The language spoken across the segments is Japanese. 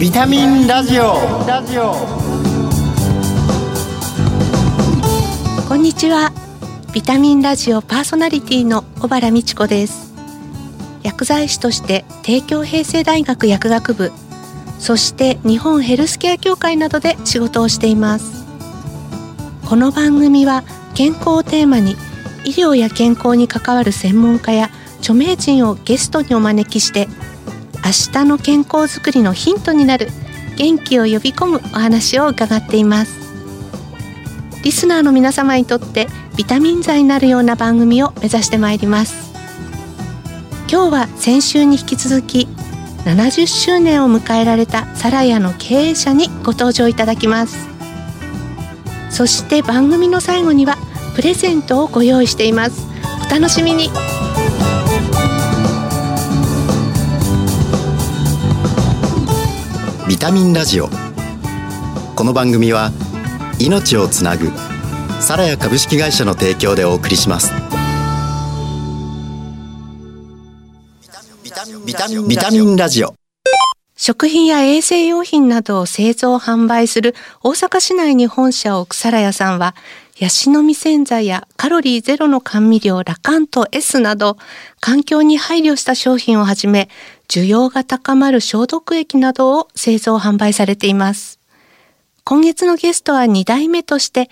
ビタミンラジオ。 こんにちは。ビタミンラジオパーソナリティの小原美智子です。薬剤師として帝京平成大学薬学部、そして日本ヘルスケア協会などで仕事をしています。この番組は健康をテーマに、医療や健康に関わる専門家や著名人をゲストにお招きして、明日の健康づくりのヒントになる元気を呼び込むお話を伺っています。リスナーの皆様にとってビタミン剤になるような番組を目指してまいります。今日は先週に引き続き70周年を迎えられたサラヤの経営者にご登場いただきます。そして番組の最後にはプレゼントをご用意しています。お楽しみに。 ビタミンラジオ。この番組は命をつなぐサラヤ株式会社の提供でお送りします。ビタミンラジオ。 食品や衛生用品などを製造販売する大阪市内に本社を置くサラヤさんは、ヤシの実洗剤やカロリーゼロの甘味料ラカント S など環境に配慮した商品をはじめ、需要が高まる消毒液などを製造販売されています。今月のゲストは2代目として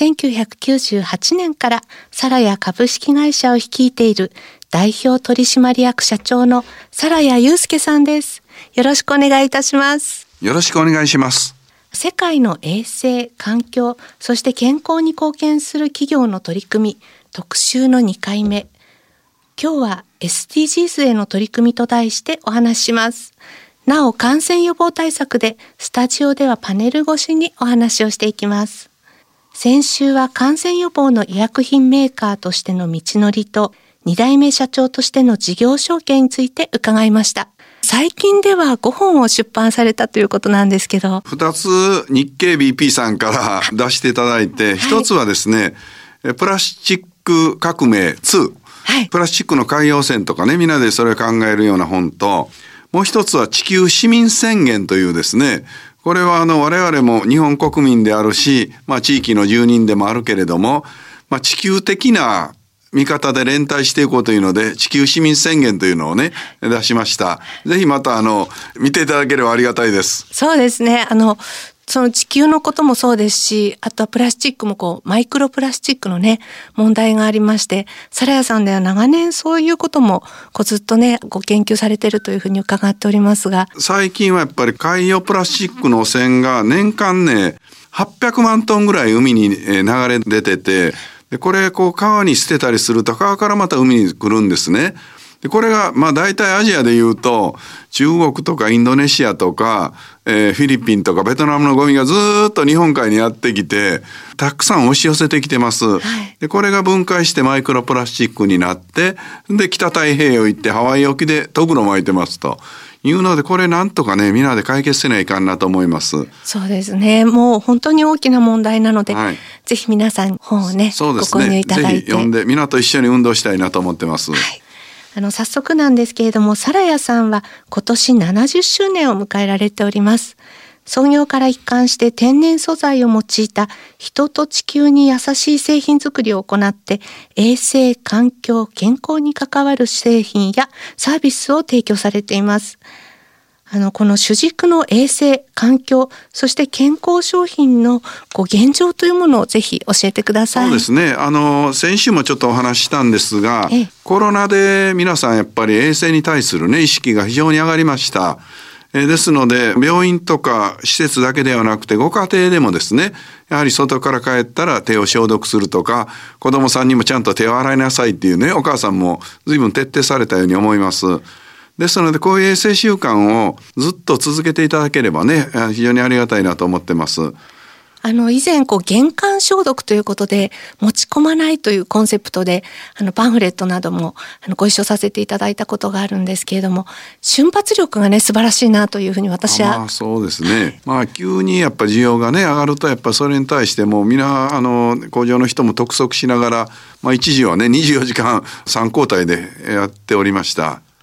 1998年からサラヤ株式会社を率いている代表取締役社長のサラヤ祐介さんです。よろしくお願いいたします。 よろしくお願いします。 世界の衛生、環境、そして健康に貢献する企業の取り組み特集の2回目。今日は SDGs への取り組みと題してお話しします。なお、感染予防対策でスタジオではパネル越しにお話をしていきます。先週は感染予防の医薬品メーカーとしての道のりと2代目社長としての事業承継について伺いました。最近では5本を出版されたということなんですけど、 2つ日経 BP さんから出していただいて、1つはですね、プラスチック革命2、プラスチックの海洋汚染とかね、みんなでそれを考えるような本と、もう一つは地球市民宣言というですね、これは我々も日本国民であるし、地域の住人でもあるけれども、地球的な見方で連帯していこうというので、地球市民宣言というのをね、出しました。ぜひまた見ていただければありがたいです。 そうですね。その地球のこともそうですし、あとはプラスチックもマイクロプラスチックのね、問題がありまして、サラヤさんでは長年そういうこともずっとね、ご研究されているというふうに伺っておりますが。 最近はやっぱり海洋プラスチックの汚染が年間ね、800万トンぐらい海に流れ出てて、でこれ川に捨てたりすると川からまた海に来るんですね。でこれが大体アジアで言うと中国とかインドネシアとか、フィリピンとかベトナムのゴミがずっと日本海にやってきてたくさん押し寄せてきてます。でこれが分解してマイクロプラスチックになって、で北太平洋行ってハワイ沖でトグロ巻いてますというので、これなんとかねみんなで解決せないかんなと思います。 そうですね。もう本当に大きな問題なので、ぜひ皆さん本をね、ご購入いただいて、 ぜひ読んでみんなと一緒に運動したいなと思ってます。 早速なんですけれども、サラヤさんは今年70周年を迎えられております。創業から一貫して天然素材を用いた人と地球に優しい製品作りを行って、衛生、環境、健康に関わる製品やサービスを提供されています。この主軸の衛生、環境、そして健康商品の現状というものをぜひ教えてください。 そうですね。先週もちょっとお話ししたんですが、コロナで皆さんやっぱり衛生に対するね、意識が非常に上がりました。ですので、病院とか施設だけではなくて、ご家庭でもですね、やはり外から帰ったら手を消毒するとか、子供さんにもちゃんと手を洗いなさいっていうね、お母さんも随分徹底されたように思います。ですので、こういう衛生習慣をずっと続けていただければね、非常にありがたいなと思ってます。 以前玄関消毒ということで持ち込まないというコンセプトでパンフレットなどもご一緒させていただいたことがあるんですけれども、瞬発力がね素晴らしいなというふうに私は。 そうですね。急にやっぱ需要がね上がると、やっぱそれに対してもみんな工場の人も督促しながら、一時はね24時間3交代でやっておりました。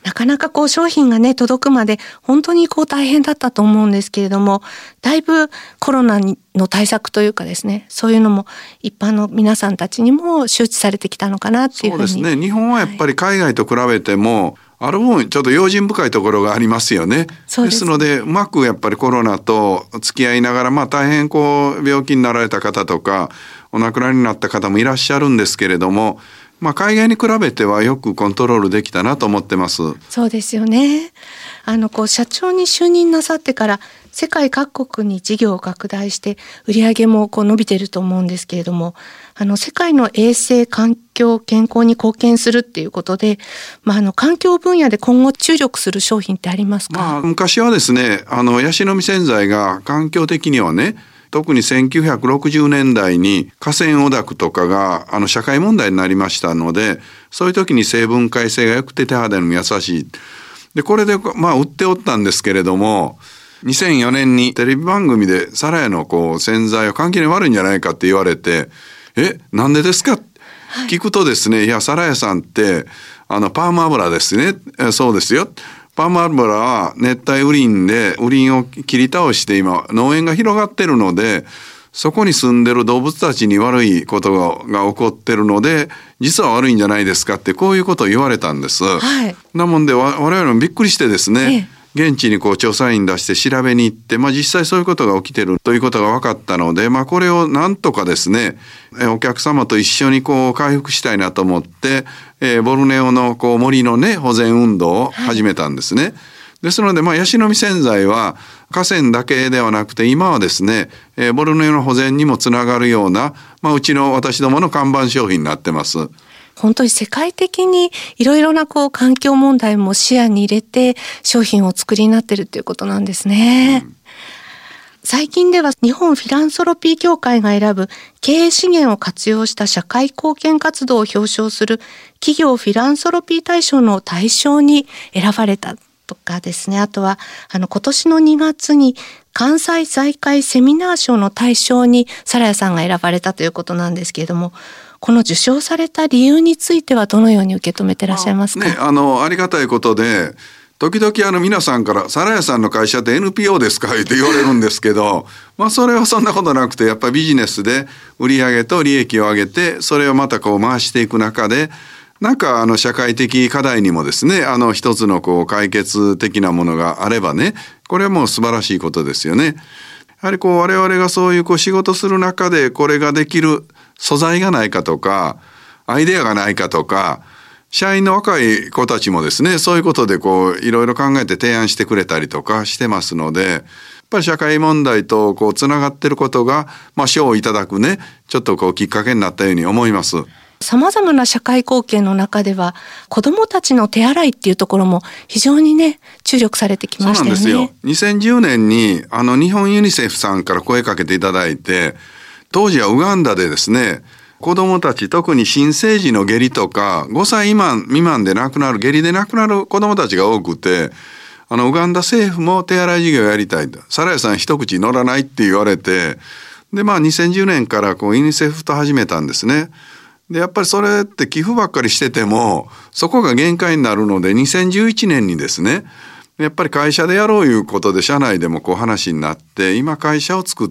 なかなか商品がね届くまで本当に大変だったと思うんですけれども、だいぶコロナの対策というかですね、そういうのも一般の皆さんたちにも周知されてきたのかなっていうふうに。 そうですね。日本はやっぱり海外と比べても、ある分ちょっと用心深いところがありますよね。ですのでうまくやっぱりコロナと付き合いながら、大変病気になられた方とかお亡くなりになった方もいらっしゃるんですけれども、海外に比べてはよくコントロールできたなと思ってます。 そうですよね。社長に就任なさってから世界各国に事業を拡大して売り上げも伸びていると思うんですけれども、世界の衛生環境健康に貢献するっていうことで、環境分野で今後注力する商品ってありますか？ 昔はですね、ヤシの実洗剤が環境的にはね、特に1960年代に河川汚濁とかが社会問題になりましたので、そういう時に成分解性が良くて手肌にも優しい。でこれで売っておったんですけれども、2004年にテレビ番組でサラヤの洗剤は環境に悪いんじゃないかって言われて、なんでですかって聞くとですね、いやサラヤさんってパーム油ですね。そうですよ。パーム油は熱帯雨林で雨林を切り倒して今農園が広がってるので、そこに住んでる動物たちに悪いことが起こってるので、実は悪いんじゃないですかってこういうことを言われたんです。なもんで我々もびっくりしてですね、現地に調査員出して調べに行って、実際そういうことが起きてるということが分かったので、これをなんとかですね、お客様と一緒に回復したいなと思って、ボルネオの森のね保全運動を始めたんですね。ですのでヤシの実洗剤は河川だけではなくて、今はですね、ボルネオの保全にもつながるような、うちの私どもの看板商品になってます。 本当に世界的にいろいろな環境問題も視野に入れて商品をお作りになっているということなんですね。最近では日本フィランソロピー協会が選ぶ経営資源を活用した社会貢献活動を表彰する企業フィランソロピー大賞の大賞に選ばれたとかですね、あとは今年の2月に関西財界セミナー賞の大賞にサラヤさんが選ばれたということなんですけれども、この受賞された理由についてはどのように受け止めてらっしゃいますか？ ありがたいことで、時々皆さんからサラヤさんの会社って NPO ですかって言われるんですけど、それはそんなことなくて、やっぱりビジネスで売上と利益を上げて、それをまた回していく中で、社会的課題にもですね、一つの解決的なものがあればね、これはもう素晴らしいことですよね。やはり我々がそういう仕事する中でこれができる素材がないかとか、アイデアがないかとか、社員の若い子たちもですね、そういうことでいろいろ考えて提案してくれたりとかしてますので、やっぱり社会問題とつながってることが、賞をいただくね、ちょっときっかけになったように思います。 様々な社会貢献の中では子どもたちの手洗いっていうところも非常にね注力されてきましたよね。 そうなんですよ。2010年に日本ユニセフさんから声かけていただいて、当時はウガンダでですね、子どもたち、特に新生児の下痢とか5歳未満で亡くなる下痢で亡くなる子どもたちが多くて、ウガンダ政府も手洗い事業をやりたいと、サラヤさん一口乗らないって言われて、で2010年からユニセフと始めたんですね。でやっぱりそれって寄付ばっかりしててもそこが限界になるので、2011年にですね、やっぱり会社でやろういうことで社内でも話になって、今会社を作って、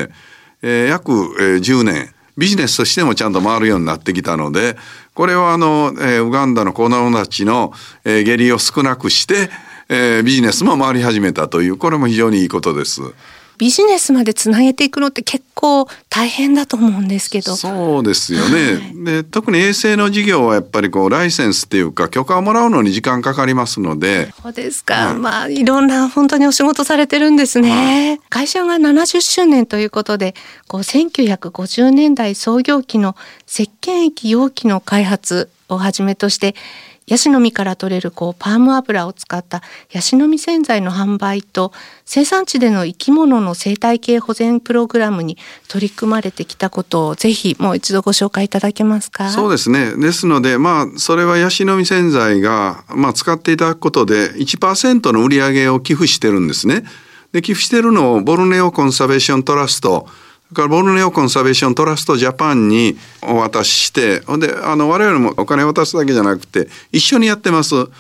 約10年ビジネスとしてもちゃんと回るようになってきたので、これはウガンダの子どもたちの下痢を少なくして、ビジネスも回り始めたという、これも非常にいいことです。 ビジネスまでつなげていくのって結構大変だと思うんですけど。 そうですよね。で特に衛生の事業はやっぱりライセンスっていうか許可をもらうのに時間かかりますので。 そうですか。いろんな本当にお仕事されてるんですね。会社が70周年ということで、1950年代創業期の石鹸液容器の開発をはじめとして、ヤシの実から取れるパーム油を使ったヤシの実洗剤の販売と、生産地での生き物の生態系保全プログラムに取り組まれてきたことをぜひもう一度ご紹介いただけますか？ そうですね。ですのでそれはヤシの実洗剤が使っていただくことで 1% の売り上げを寄付してるんですね。で寄付してるのをボルネオコンサベーショントラスト、からボルネオコンサベーショントラストジャパンにお渡しして、で我々もお金を渡すだけじゃなくて一緒にやってます。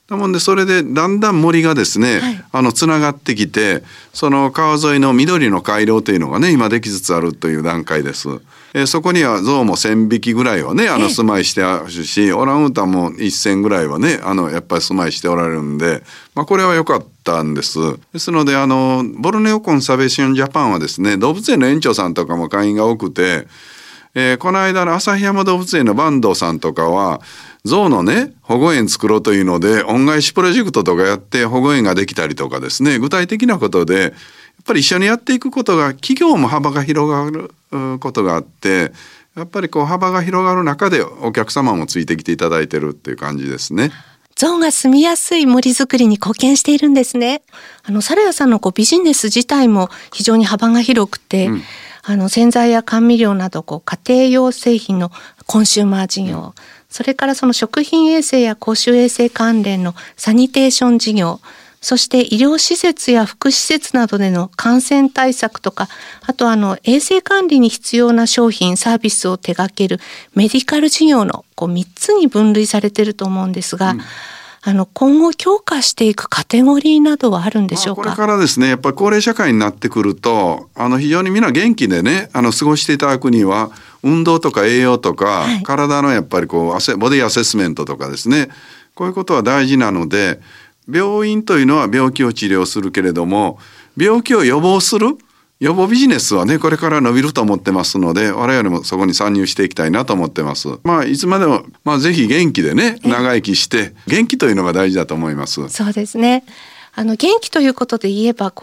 なもんでそれでだんだん森がですね、つながってきて、その川沿いの緑の回廊というのがね今できつつあるという段階です。そこには象も1000匹ぐらいはね住まいしてあるし、オランウータンも1000ぐらいはねやっぱり住まいしておられるんで、これは良かったんです。ですのでボルネオコンサベーションジャパンはですね、動物園の園長さんとかも会員が多くて、この間の旭山動物園の坂東さんとかは象のね保護園作ろうというので恩返しプロジェクトとかやって保護園ができたりとかですね、具体的なことでやっぱり一緒にやっていくことが、企業も幅が広がることがあって、やっぱり幅が広がる中でお客様もついてきていただいてるっていう感じですね。 象が住みやすい森づくりに貢献しているんですね。サラヤさんのビジネス自体も非常に幅が広くて、洗剤や甘味料など家庭用製品のコンシューマー事業、それからその食品衛生や公衆衛生関連のサニテーション事業、そして医療施設や福祉施設などでの感染対策とか、あと衛生管理に必要な商品サービスを手掛けるメディカル事業の3つに分類されていると思うんですが、今後強化していくカテゴリーなどはあるんでしょうか。 これからですね、やっぱり高齢社会になってくると非常にみんな元気でね過ごしていただくには運動とか栄養とか、体のやっぱりボディアセスメントとかですね、こういうことは大事なので、病院というのは病気を治療するけれども、病気を予防する予防ビジネスはねこれから伸びると思ってますので、我々もそこに参入していきたいなと思ってます。いつまでもぜひ元気でね長生きして元気というのが大事だと思います。 そうですね。元気ということで言えば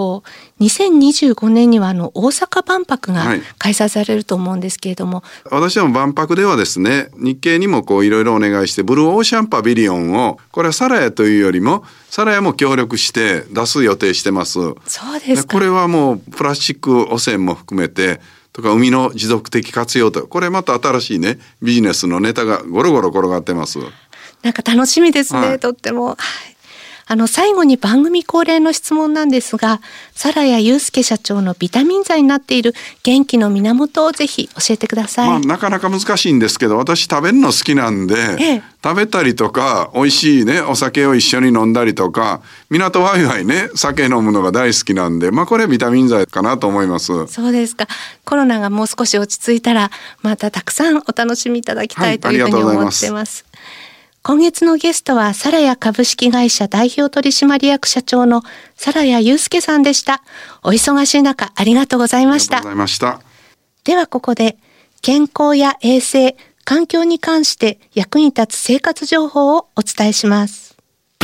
2025年には大阪万博が開催されると思うんですけれども、 私ども万博ではですね、日経にもいろいろお願いしてブルーオーシャンパビリオンを、これはサラヤというよりもサラヤも協力して出す予定してます。 そうですか。 これはもうプラスチック汚染も含めてとか海の持続的活用と、これまた新しいねビジネスのネタがゴロゴロ転がってます。 なんか楽しみですね、とっても。最後に番組恒例の質問なんですが、サラヤ祐介社長のビタミン剤になっている元気の源をぜひ教えてください。 なかなか難しいんですけど、私食べるの好きなんで、食べたりとか美味しいねお酒を一緒に飲んだりとか、港ワイワイね酒飲むのが大好きなんで、これビタミン剤かなと思います。 そうですか。コロナがもう少し落ち着いたらまたたくさんお楽しみいただきたいというふうに思ってます。今月のゲストはサラヤ株式会社代表取締役社長のサラヤ祐介さんでした。お忙しい中ありがとうございました。 ありがとうございました。 ではここで健康や衛生、環境に関して役に立つ生活情報をお伝えします。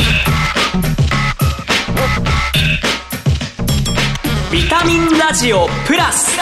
ビタミンラジオプラス。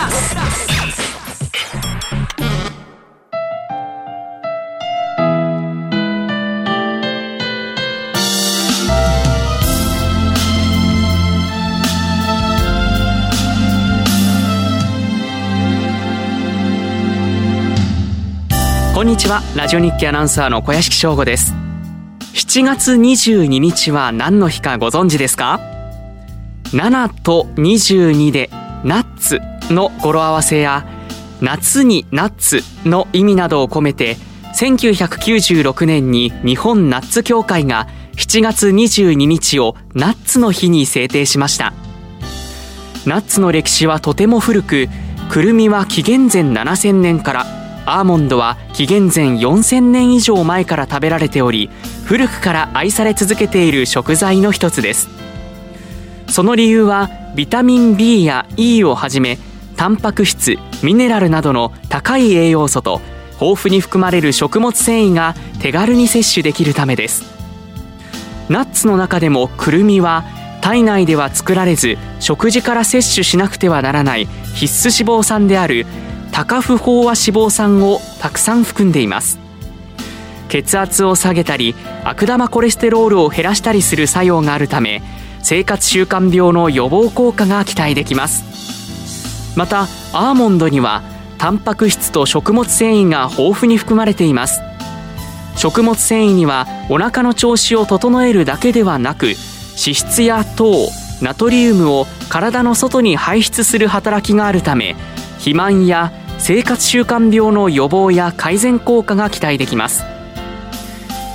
こんにちは。ラジオ日記アナウンサーの小屋敷翔吾です。7月22日は何の日かご存知ですか？7と22でナッツの語呂合わせや夏にナッツの意味などを込めて、1996年に日本ナッツ協会が7月22日をナッツの日に制定しました。ナッツの歴史はとても古く、くるみは紀元前7000年から、アーモンドは紀元前4000年以上前から食べられており、古くから愛され続けている食材の一つです。その理由はビタミン B や E をはじめ、タンパク質、ミネラルなどの高い栄養素と豊富に含まれる食物繊維が手軽に摂取できるためです。ナッツの中でもくるみは体内では作られず食事から摂取しなくてはならない必須脂肪酸である多不飽和脂肪酸をたくさん含んでいます。血圧を下げたり悪玉コレステロールを減らしたりする作用があるため、生活習慣病の予防効果が期待できます。またアーモンドにはタンパク質と食物繊維が豊富に含まれています。食物繊維にはお腹の調子を整えるだけではなく、脂質や糖、ナトリウムを体の外に排出する働きがあるため、肥満や生活習慣病の予防や改善効果が期待できます。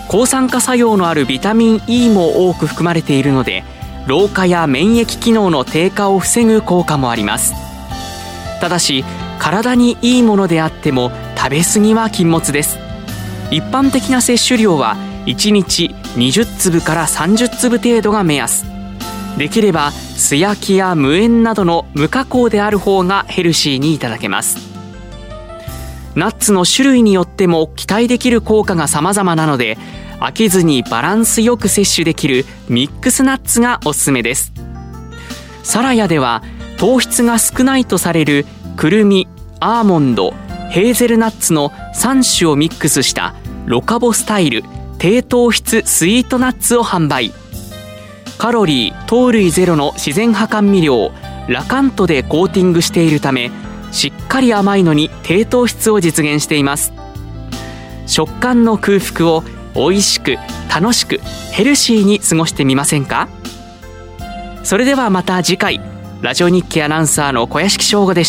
抗酸化作用のあるビタミン E も多く含まれているので、老化や免疫機能の低下を防ぐ効果もあります。ただし体にいいものであっても食べ過ぎは禁物です。一般的な摂取量は1日20粒から30粒程度が目安。できれば素焼きや無塩などの無加工である方がヘルシーにいただけます。ナッツの種類によっても期待できる効果が様々なので、飽きずにバランスよく摂取できるミックスナッツがおすすめです。サラヤでは糖質が少ないとされるくるみ、アーモンド、ヘーゼルナッツの3種をミックスしたロカボスタイル低糖質スイートナッツを販売。カロリー、糖類ゼロの自然派甘味料ラカントでコーティングしているため、しっかり甘いのに低糖質を実現しています。食感の空腹を美味しく楽しくヘルシーに過ごしてみませんか。それではまた次回。ラジオ日記アナウンサーの小屋敷翔吾でした。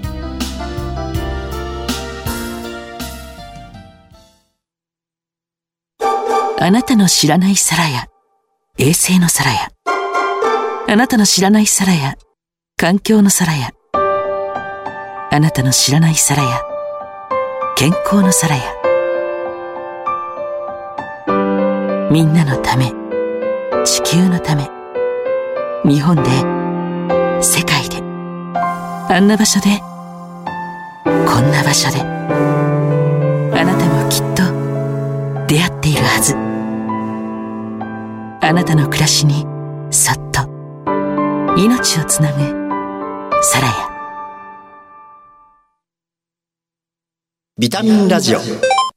あなたの知らないサラヤ、衛星のサラヤ。あなたの知らないサラヤ、環境のサラヤ。あなたの知らないサラヤ、健康のサラヤ。みんなのため、地球のため、日本で、世界で、あんな場所で、こんな場所で、あなたもきっと出会っているはず。あなたの暮らしにそっと命をつなぐサラヤ。 ビタミンラジオ。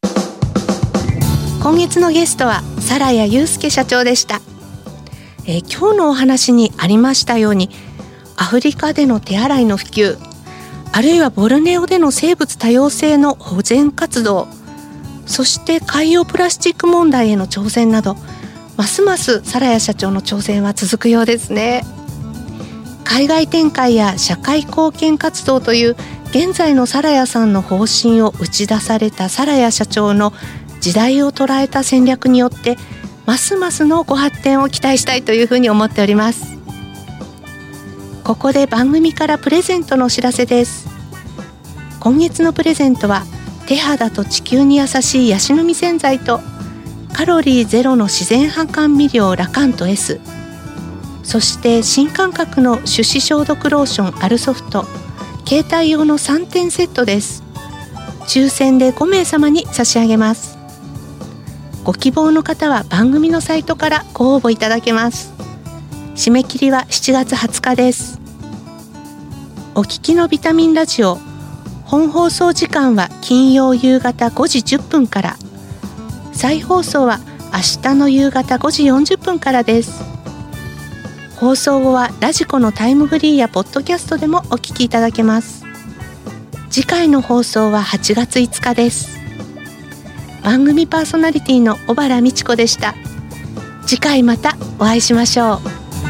今月のゲストはサラヤ祐介社長でした。今日のお話にありましたように、アフリカでの手洗いの普及、あるいはボルネオでの生物多様性の保全活動、そして海洋プラスチック問題への挑戦など、ますますサラヤ社長の挑戦は続くようですね。海外展開や社会貢献活動という現在のサラヤさんの方針を打ち出されたサラヤ社長の時代を捉えた戦略によって、ますますのご発展を期待したいというふうに思っております。ここで番組からプレゼントのお知らせです。今月のプレゼントは、手肌と地球に優しいヤシの実洗剤とカロリーゼロの自然派甘味料ラカント S、 そして新感覚の手指消毒ローションアルソフト携帯用の3点セットです。抽選で5名様に差し上げます。ご希望の方は番組のサイトからご応募いただけます。締め切りは7月20日です。お聞きのビタミンラジオ、本放送時間は金曜夕方5時10分から、再放送は明日の夕方5時40分からです。放送後はラジコのタイムフリーやポッドキャストでもお聞きいただけます。次回の放送は8月5日です。番組パーソナリティの小原美智子でした。次回またお会いしましょう。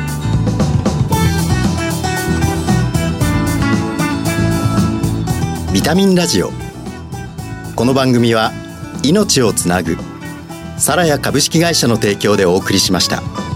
ビタミンラジオ。この番組は命をつなぐサラヤ株式会社の提供でお送りしました。